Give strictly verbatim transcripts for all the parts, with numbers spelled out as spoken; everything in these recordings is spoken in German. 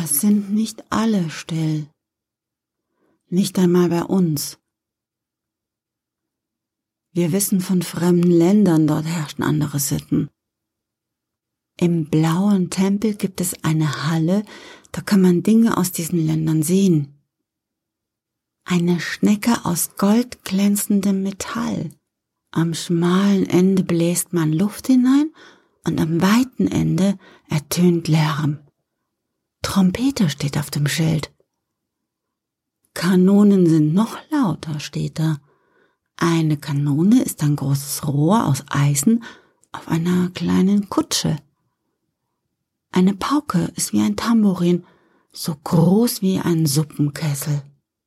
Es sind nicht alle still, nicht einmal bei uns. Wir wissen von fremden Ländern, dort herrschen andere Sitten. Im blauen Tempel gibt es eine Halle, da kann man Dinge aus diesen Ländern sehen. Eine Schnecke aus goldglänzendem Metall. Am schmalen Ende bläst man Luft hinein und am weiten Ende ertönt Lärm. Trompete steht auf dem Schild. Kanonen sind noch lauter, steht da. Eine Kanone ist ein großes Rohr aus Eisen auf einer kleinen Kutsche. Eine Pauke ist wie ein Tambourin, so groß wie ein Suppenkessel.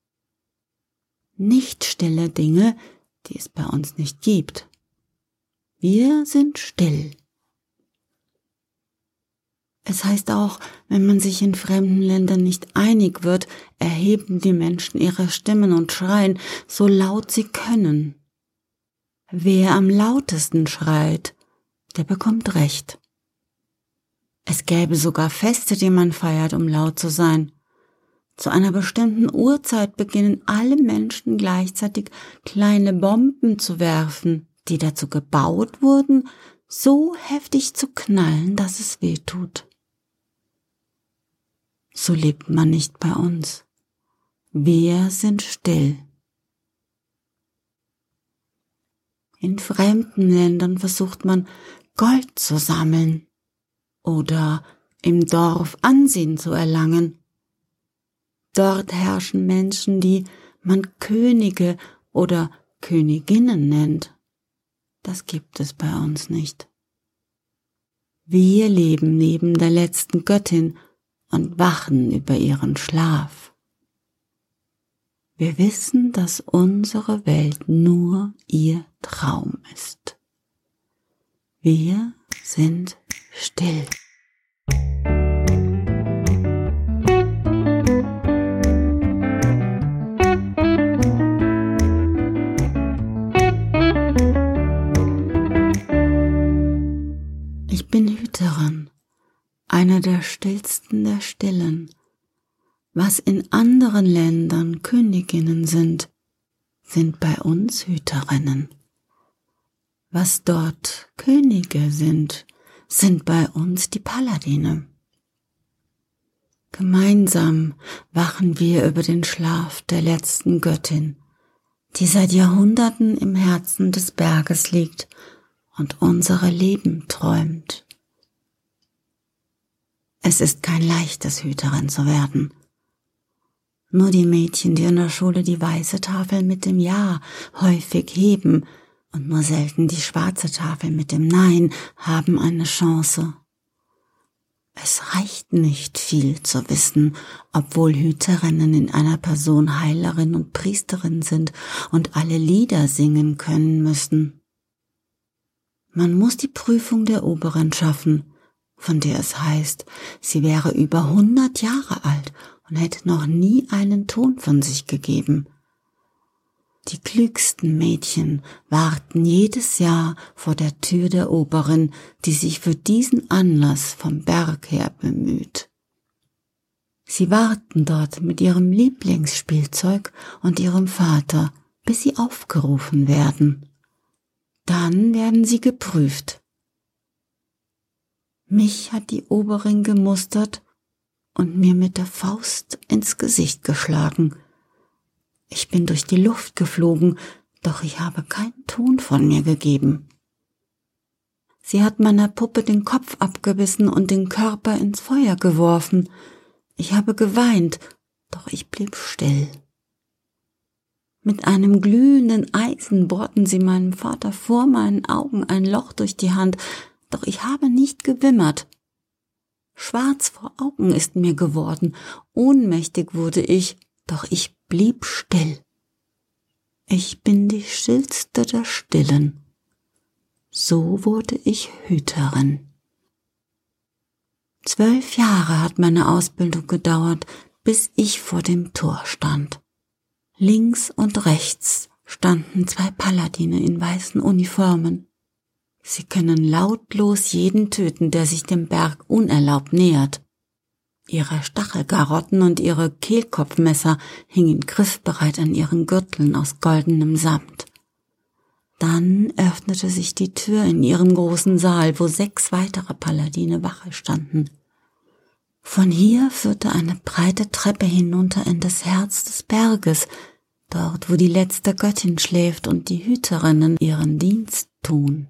Nicht stille Dinge, die es bei uns nicht gibt. Wir sind still. Es heißt auch, wenn man sich in fremden Ländern nicht einig wird, erheben die Menschen ihre Stimmen und schreien, so laut sie können. Wer am lautesten schreit, der bekommt Recht. Es gäbe sogar Feste, die man feiert, um laut zu sein. Zu einer bestimmten Uhrzeit beginnen alle Menschen gleichzeitig kleine Bomben zu werfen, die dazu gebaut wurden, so heftig zu knallen, dass es weh tut. So lebt man nicht bei uns. Wir sind still. In fremden Ländern versucht man, Gold zu sammeln oder im Dorf Ansehen zu erlangen. Dort herrschen Menschen, die man Könige oder Königinnen nennt. Das gibt es bei uns nicht. Wir leben neben der letzten Göttin und wachen über ihren Schlaf. Wir wissen, dass unsere Welt nur ihr Traum ist. Wir sind still. Ich bin Hüterin, einer der stillsten der Stillen. Was in anderen Ländern Königinnen sind, sind bei uns Hüterinnen. Was dort Könige sind, sind bei uns die Paladine. Gemeinsam wachen wir über den Schlaf der letzten Göttin, die seit Jahrhunderten im Herzen des Berges liegt und unsere Leben träumt. Es ist kein leichtes, Hüterin zu werden. Nur die Mädchen, die in der Schule die weiße Tafel mit dem Ja häufig heben und nur selten die schwarze Tafel mit dem Nein, haben eine Chance. Es reicht nicht viel zu wissen, obwohl Hüterinnen in einer Person Heilerin und Priesterin sind und alle Lieder singen können müssen. Man muss die Prüfung der Oberin schaffen, von der es heißt, sie wäre über hundert Jahre alt und hätte noch nie einen Ton von sich gegeben. Die klügsten Mädchen warten jedes Jahr vor der Tür der Oberin, die sich für diesen Anlass vom Berg her bemüht. Sie warten dort mit ihrem Lieblingsspielzeug und ihrem Vater, bis sie aufgerufen werden. Dann werden sie geprüft. Mich hat die Oberin gemustert und mir mit der Faust ins Gesicht geschlagen. Ich bin durch die Luft geflogen, doch ich habe keinen Ton von mir gegeben. Sie hat meiner Puppe den Kopf abgebissen und den Körper ins Feuer geworfen. Ich habe geweint, doch ich blieb still. Mit einem glühenden Eisen bohrten sie meinem Vater vor meinen Augen ein Loch durch die Hand, doch ich habe nicht gewimmert. Schwarz vor Augen ist mir geworden, ohnmächtig wurde ich, doch ich blieb still. Ich bin die stillste der Stillen. So wurde ich Hüterin. Zwölf Jahre hat meine Ausbildung gedauert, bis ich vor dem Tor stand. Links und rechts standen zwei Paladine in weißen Uniformen. Sie können lautlos jeden töten, der sich dem Berg unerlaubt nähert. Ihre Stachelgarotten und ihre Kehlkopfmesser hingen griffbereit an ihren Gürteln aus goldenem Samt. Dann öffnete sich die Tür in ihrem großen Saal, wo sechs weitere Paladine Wache standen. Von hier führte eine breite Treppe hinunter in das Herz des Berges, dort, wo die letzte Göttin schläft und die Hüterinnen ihren Dienst tun.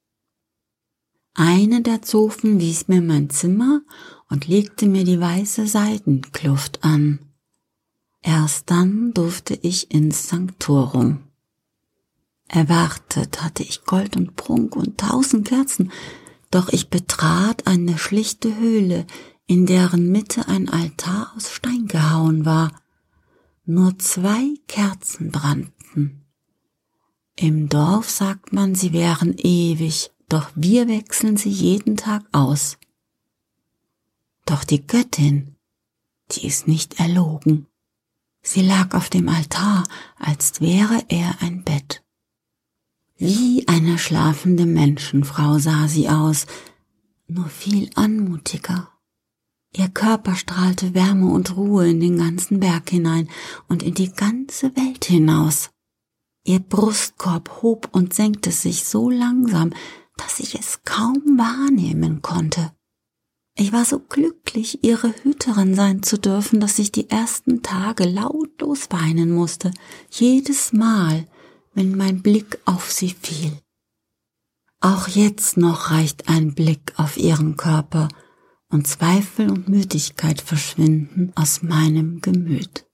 Eine der Zofen wies mir mein Zimmer und legte mir die weiße Seidenkluft an. Erst dann durfte ich ins Sanktorum. Erwartet hatte ich Gold und Prunk und tausend Kerzen, doch ich betrat eine schlichte Höhle, in deren Mitte ein Altar aus Stein gehauen war. Nur zwei Kerzen brannten. Im Dorf sagt man, sie wären ewig, doch wir wechseln sie jeden Tag aus. Doch die Göttin, die ist nicht erlogen. Sie lag auf dem Altar, als wäre er ein Bett. Wie eine schlafende Menschenfrau sah sie aus, nur viel anmutiger. Ihr Körper strahlte Wärme und Ruhe in den ganzen Berg hinein und in die ganze Welt hinaus. Ihr Brustkorb hob und senkte sich so langsam, dass ich es kaum wahrnehmen konnte. Ich war so glücklich, ihre Hüterin sein zu dürfen, dass ich die ersten Tage lautlos weinen musste, jedes Mal, wenn mein Blick auf sie fiel. Auch jetzt noch reicht ein Blick auf ihren Körper, und Zweifel und Müdigkeit verschwinden aus meinem Gemüt.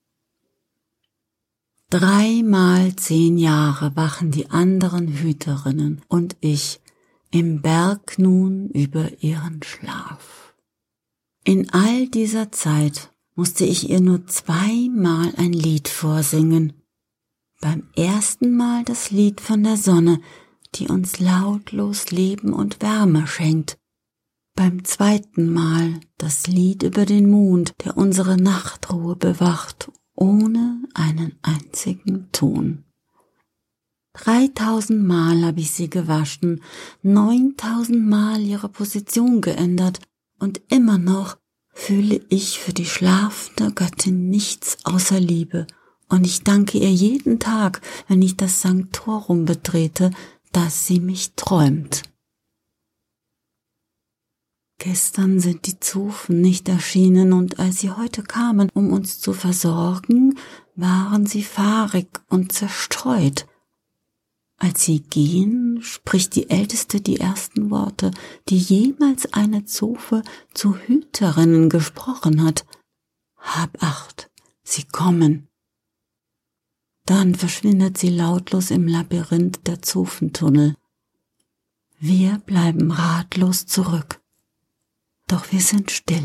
Dreimal zehn Jahre wachen die anderen Hüterinnen und ich im Berg nun über ihren Schlaf. In all dieser Zeit musste ich ihr nur zweimal ein Lied vorsingen. Beim ersten Mal das Lied von der Sonne, die uns lautlos Leben und Wärme schenkt. Beim zweiten Mal das Lied über den Mond, der unsere Nachtruhe bewacht, ohne einen einzigen Ton. Dreitausend Mal habe ich sie gewaschen, neuntausend Mal ihre Position geändert, und immer noch fühle ich für die schlafende Göttin nichts außer Liebe, und ich danke ihr jeden Tag, wenn ich das Sanktorum betrete, dass sie mich träumt. Gestern sind die Zofen nicht erschienen, und als sie heute kamen, um uns zu versorgen, waren sie fahrig und zerstreut. Als sie gehen, spricht die Älteste die ersten Worte, die jemals eine Zofe zu Hüterinnen gesprochen hat. Hab Acht, sie kommen. Dann verschwindet sie lautlos im Labyrinth der Zofentunnel. Wir bleiben ratlos zurück. Doch wir sind still.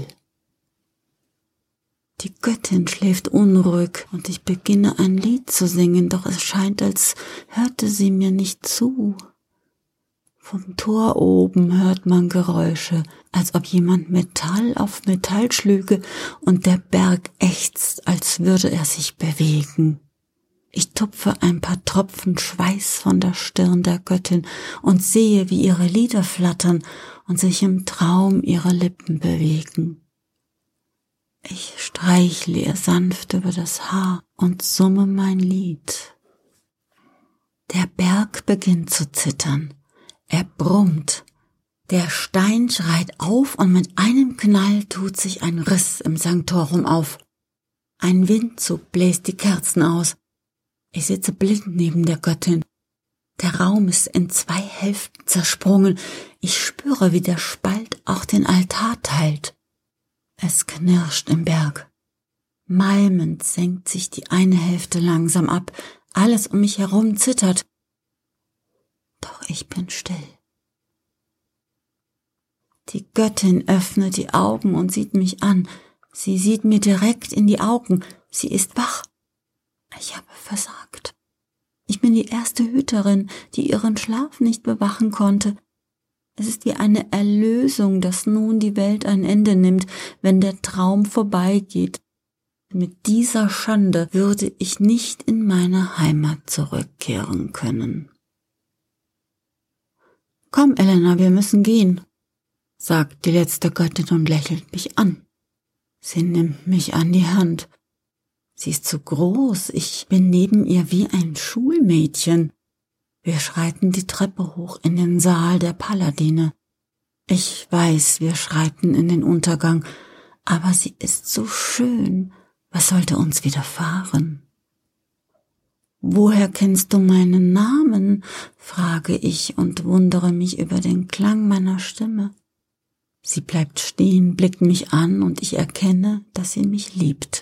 Die Göttin schläft unruhig und ich beginne ein Lied zu singen, doch es scheint, als hörte sie mir nicht zu. Vom Tor oben hört man Geräusche, als ob jemand Metall auf Metall schlüge, und der Berg ächzt, als würde er sich bewegen. Ich tupfe ein paar Tropfen Schweiß von der Stirn der Göttin und sehe, wie ihre Lider flattern und sich im Traum ihre Lippen bewegen. Ich streichle ihr sanft über das Haar und summe mein Lied. Der Berg beginnt zu zittern. Er brummt. Der Stein schreit auf und mit einem Knall tut sich ein Riss im Sanktorum auf. Ein Windzug bläst die Kerzen aus. Ich sitze blind neben der Göttin. Der Raum ist in zwei Hälften zersprungen. Ich spüre, wie der Spalt auch den Altar teilt. Es knirscht im Berg. Malmend senkt sich die eine Hälfte langsam ab. Alles um mich herum zittert. Doch ich bin still. Die Göttin öffnet die Augen und sieht mich an. Sie sieht mir direkt in die Augen. Sie ist wach. Ich habe versagt. Ich bin die erste Hüterin, die ihren Schlaf nicht bewachen konnte. Es ist wie eine Erlösung, dass nun die Welt ein Ende nimmt, wenn der Traum vorbeigeht. Mit dieser Schande würde ich nicht in meine Heimat zurückkehren können. »Komm, Elena, wir müssen gehen«, sagt die letzte Göttin und lächelt mich an. Sie nimmt mich an die Hand. Sie ist so groß, ich bin neben ihr wie ein Schulmädchen. Wir schreiten die Treppe hoch in den Saal der Paladine. Ich weiß, wir schreiten in den Untergang, aber sie ist so schön. Was sollte uns widerfahren? »Woher kennst du meinen Namen?« frage ich und wundere mich über den Klang meiner Stimme. Sie bleibt stehen, blickt mich an und ich erkenne, dass sie mich liebt.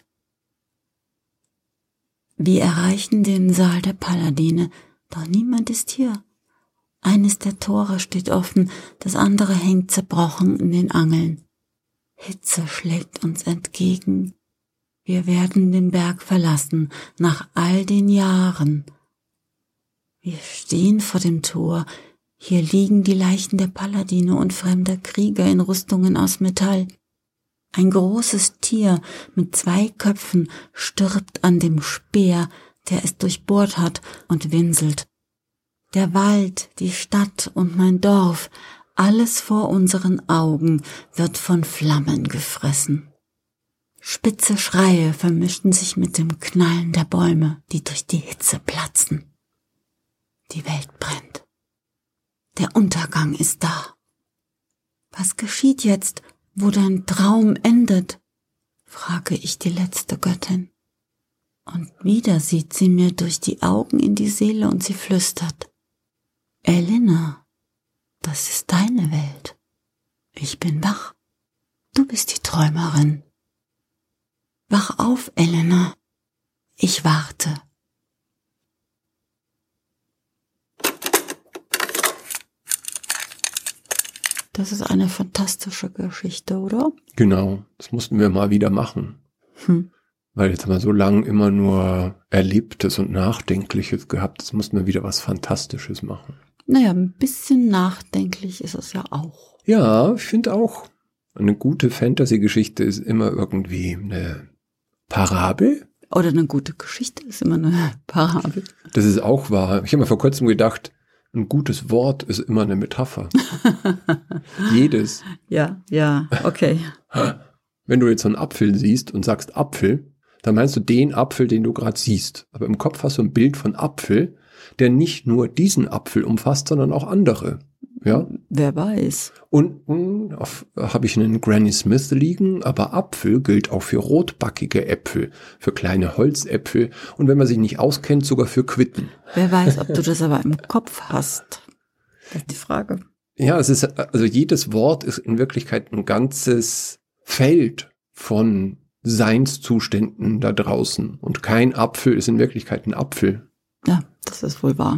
Wir erreichen den Saal der Paladine, doch niemand ist hier. Eines der Tore steht offen, das andere hängt zerbrochen in den Angeln. Hitze schlägt uns entgegen. Wir werden den Berg verlassen, nach all den Jahren. Wir stehen vor dem Tor. Hier liegen die Leichen der Paladine und fremder Krieger in Rüstungen aus Metall. Ein großes Tier mit zwei Köpfen stirbt an dem Speer, der es durchbohrt hat, und winselt. Der Wald, die Stadt und mein Dorf, alles vor unseren Augen wird von Flammen gefressen. Spitze Schreie vermischen sich mit dem Knallen der Bäume, die durch die Hitze platzen. Die Welt brennt. Der Untergang ist da. Was geschieht jetzt, wo dein Traum endet? Frage ich die letzte Göttin. Und wieder sieht sie mir durch die Augen in die Seele und sie flüstert: Elena, das ist deine Welt. Ich bin wach. Du bist die Träumerin. Wach auf, Elena. Ich warte. Das ist eine fantastische Geschichte, oder? Genau, das mussten wir mal wieder machen. Hm. Weil jetzt haben wir so lange immer nur Erlebtes und Nachdenkliches gehabt. Jetzt mussten wir wieder was Fantastisches machen. Naja, ein bisschen nachdenklich ist es ja auch. Ja, ich finde auch, eine gute Fantasy-Geschichte ist immer irgendwie eine Parabel. Oder eine gute Geschichte ist immer eine Parabel. Das ist auch wahr. Ich habe mir vor kurzem gedacht, ein gutes Wort ist immer eine Metapher. Jedes. Ja, ja, okay. Wenn du jetzt so einen Apfel siehst und sagst Apfel, dann meinst du den Apfel, den du gerade siehst. Aber im Kopf hast du ein Bild von Apfel, der nicht nur diesen Apfel umfasst, sondern auch andere. Ja? Wer weiß. Unten habe ich einen Granny Smith liegen, aber Apfel gilt auch für rotbackige Äpfel, für kleine Holzäpfel und wenn man sich nicht auskennt, sogar für Quitten. Wer weiß, ob du das aber im Kopf hast. Das ist die Frage. Ja, es ist, also jedes Wort ist in Wirklichkeit ein ganzes Feld von Seinszuständen da draußen. Und kein Apfel ist in Wirklichkeit ein Apfel. Ja, das ist wohl wahr.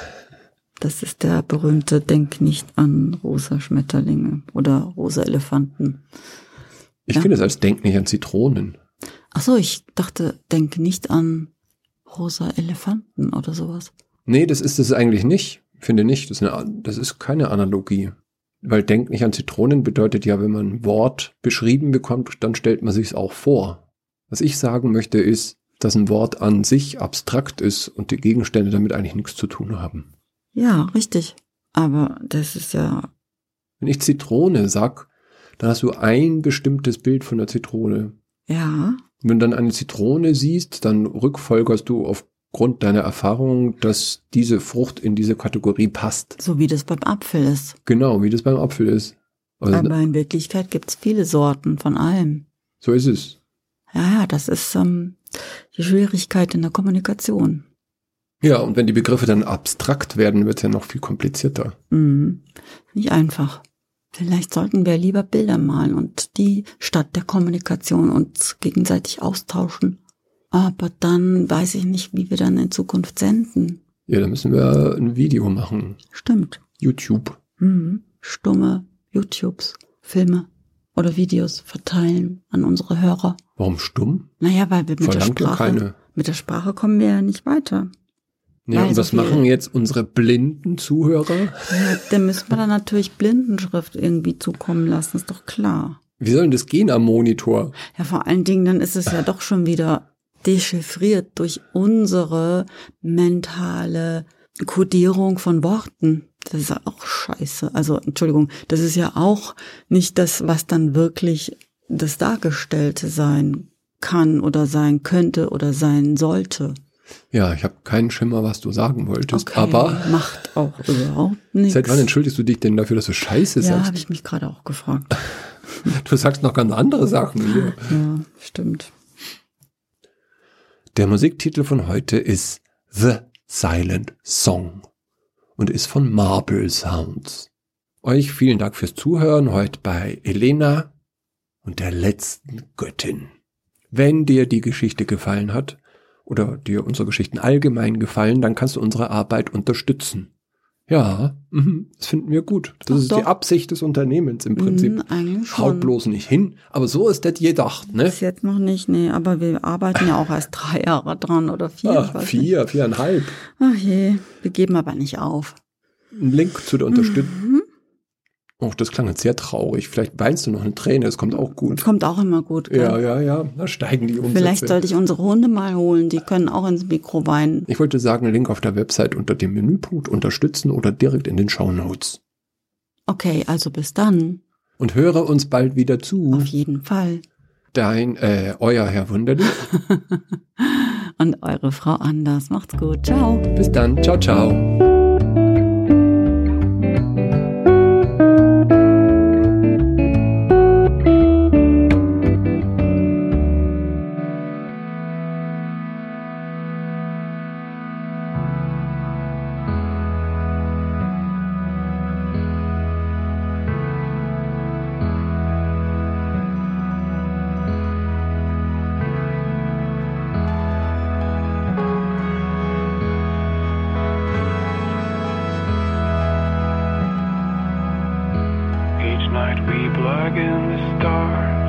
Das ist der berühmte Denk nicht an rosa Schmetterlinge oder rosa Elefanten. Ich ja. finde es als Denk nicht an Zitronen. Ach so, ich dachte, denk nicht an rosa Elefanten oder sowas. Nee, das ist es eigentlich nicht. Ich finde nicht. Das ist, eine, das ist keine Analogie. Weil Denk nicht an Zitronen bedeutet ja, wenn man ein Wort beschrieben bekommt, dann stellt man sich es auch vor. Was ich sagen möchte ist, dass ein Wort an sich abstrakt ist und die Gegenstände damit eigentlich nichts zu tun haben. Ja, richtig. Aber das ist ja... Wenn ich Zitrone sag, dann hast du ein bestimmtes Bild von der Zitrone. Ja. Wenn du dann eine Zitrone siehst, dann rückfolgerst du aufgrund deiner Erfahrung, dass diese Frucht in diese Kategorie passt. So wie das beim Apfel ist. Genau, wie das beim Apfel ist. Also, aber in Wirklichkeit gibt es viele Sorten von allem. So ist es. Ja, ja, das ist ähm, die Schwierigkeit in der Kommunikation. Ja, und wenn die Begriffe dann abstrakt werden, wird es ja noch viel komplizierter. Mhm. Nicht einfach. Vielleicht sollten wir lieber Bilder malen und die statt der Kommunikation uns gegenseitig austauschen. Aber dann weiß ich nicht, wie wir dann in Zukunft senden. Ja, dann müssen wir ein Video machen. Stimmt. YouTube. Mhm. Stumme YouTubes, Filme oder Videos verteilen an unsere Hörer. Warum stumm? Naja, weil wir mit Verlangt der Sprache, ja keine. mit der Sprache kommen wir ja nicht weiter. Ja, weil und so was viel- machen jetzt unsere blinden Zuhörer? Ja, dann müssen wir dann natürlich Blindenschrift irgendwie zukommen lassen, ist doch klar. Wie soll denn das gehen am Monitor? Ja, vor allen Dingen, dann ist es ja doch schon wieder dechiffriert durch unsere mentale Kodierung von Worten. Das ist ja auch scheiße. Also, Entschuldigung, das ist ja auch nicht das, was dann wirklich das Dargestellte sein kann oder sein könnte oder sein sollte. Ja, ich habe keinen Schimmer, was du sagen wolltest, Okay, aber macht auch überhaupt nichts. seit wann entschuldigst du dich denn dafür, dass du Scheiße Ja, sagst? habe ich mich gerade auch gefragt. Du sagst noch ganz andere Sachen hier. Ja, stimmt. Der Musiktitel von heute ist The Silent Song und ist von Marble Sounds. Euch vielen Dank fürs Zuhören heute bei Elena und der letzten Göttin. Wenn dir die Geschichte gefallen hat oder dir unsere Geschichten allgemein gefallen, dann kannst du unsere Arbeit unterstützen. Ja, mhm, das finden wir gut. Das Doch, ist doch. die Absicht des Unternehmens im Prinzip. Mm, eigentlich schon. Haut bloß nicht hin, aber so ist das gedacht, ne? Bis jetzt noch nicht, nee, aber wir arbeiten ja auch erst drei Jahre dran oder vier. ich Ah, weiß vier, Nicht. viereinhalb. Ach je, wir geben aber nicht auf. Ein Link zu der Unterstützung. Mhm. Oh, das klang jetzt sehr traurig. Vielleicht weinst du noch eine Träne, das kommt auch gut. Kommt auch immer gut. Gell? Ja, ja, ja, da steigen die Umsätze. Vielleicht sollte ich unsere Hunde mal holen, die können auch ins Mikro weinen. Ich wollte sagen, Link auf der Website unter dem Menüpunkt unterstützen oder direkt in den Shownotes. Okay, also bis dann. Und höre uns bald wieder zu. Auf jeden Fall. Dein, äh, euer Herr Wunderlich. Und eure Frau Anders. Macht's gut. Ciao. Bis dann. Ciao, ciao. Night we plug in the stars.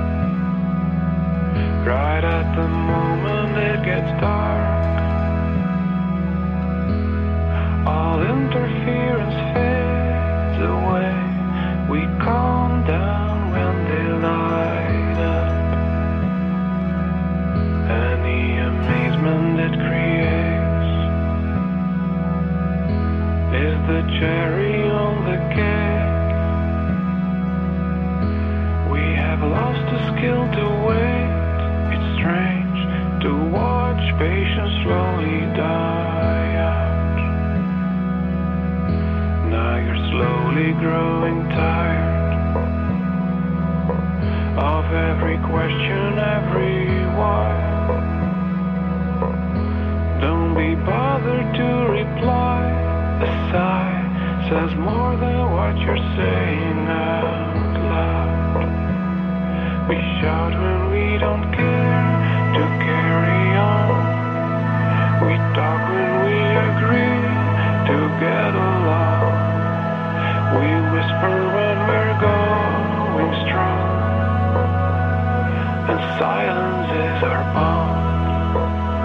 Right at the moment it gets dark, all interference fades away. We calm down when they light up. Any amazement it creates is the cherry on the cake. Lost the skill to wait. It's strange to watch patience slowly die out. Now you're slowly growing tired of every question, every why. Don't be bothered to reply. A sigh says more than what you're saying out loud. We shout when we don't care to carry on. We talk when we agree to get along. We whisper when we're going strong. And silence is our bond.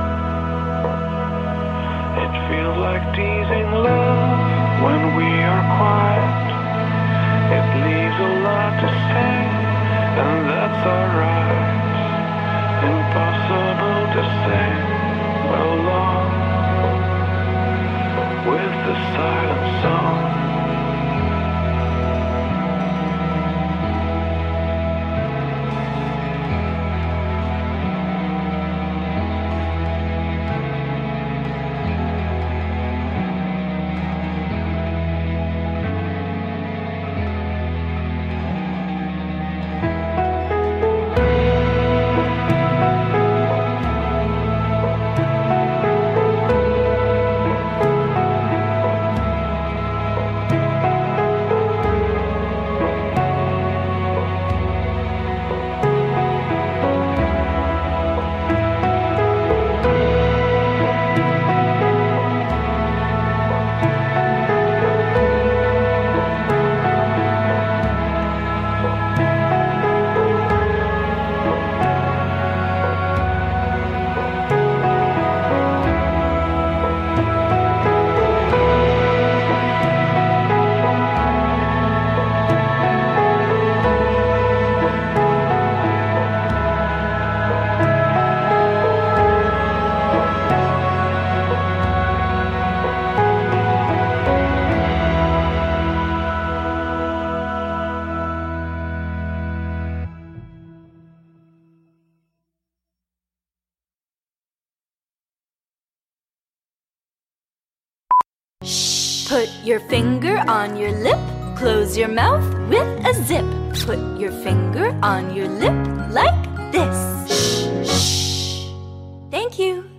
It feels like teasing love when we are quiet. It leaves a lot to say, and that's alright. Impossible to sing along with the silent song. Put your finger on your lip. Close your mouth with a zip. Put your finger on your lip like this. Shh, shh. Thank you.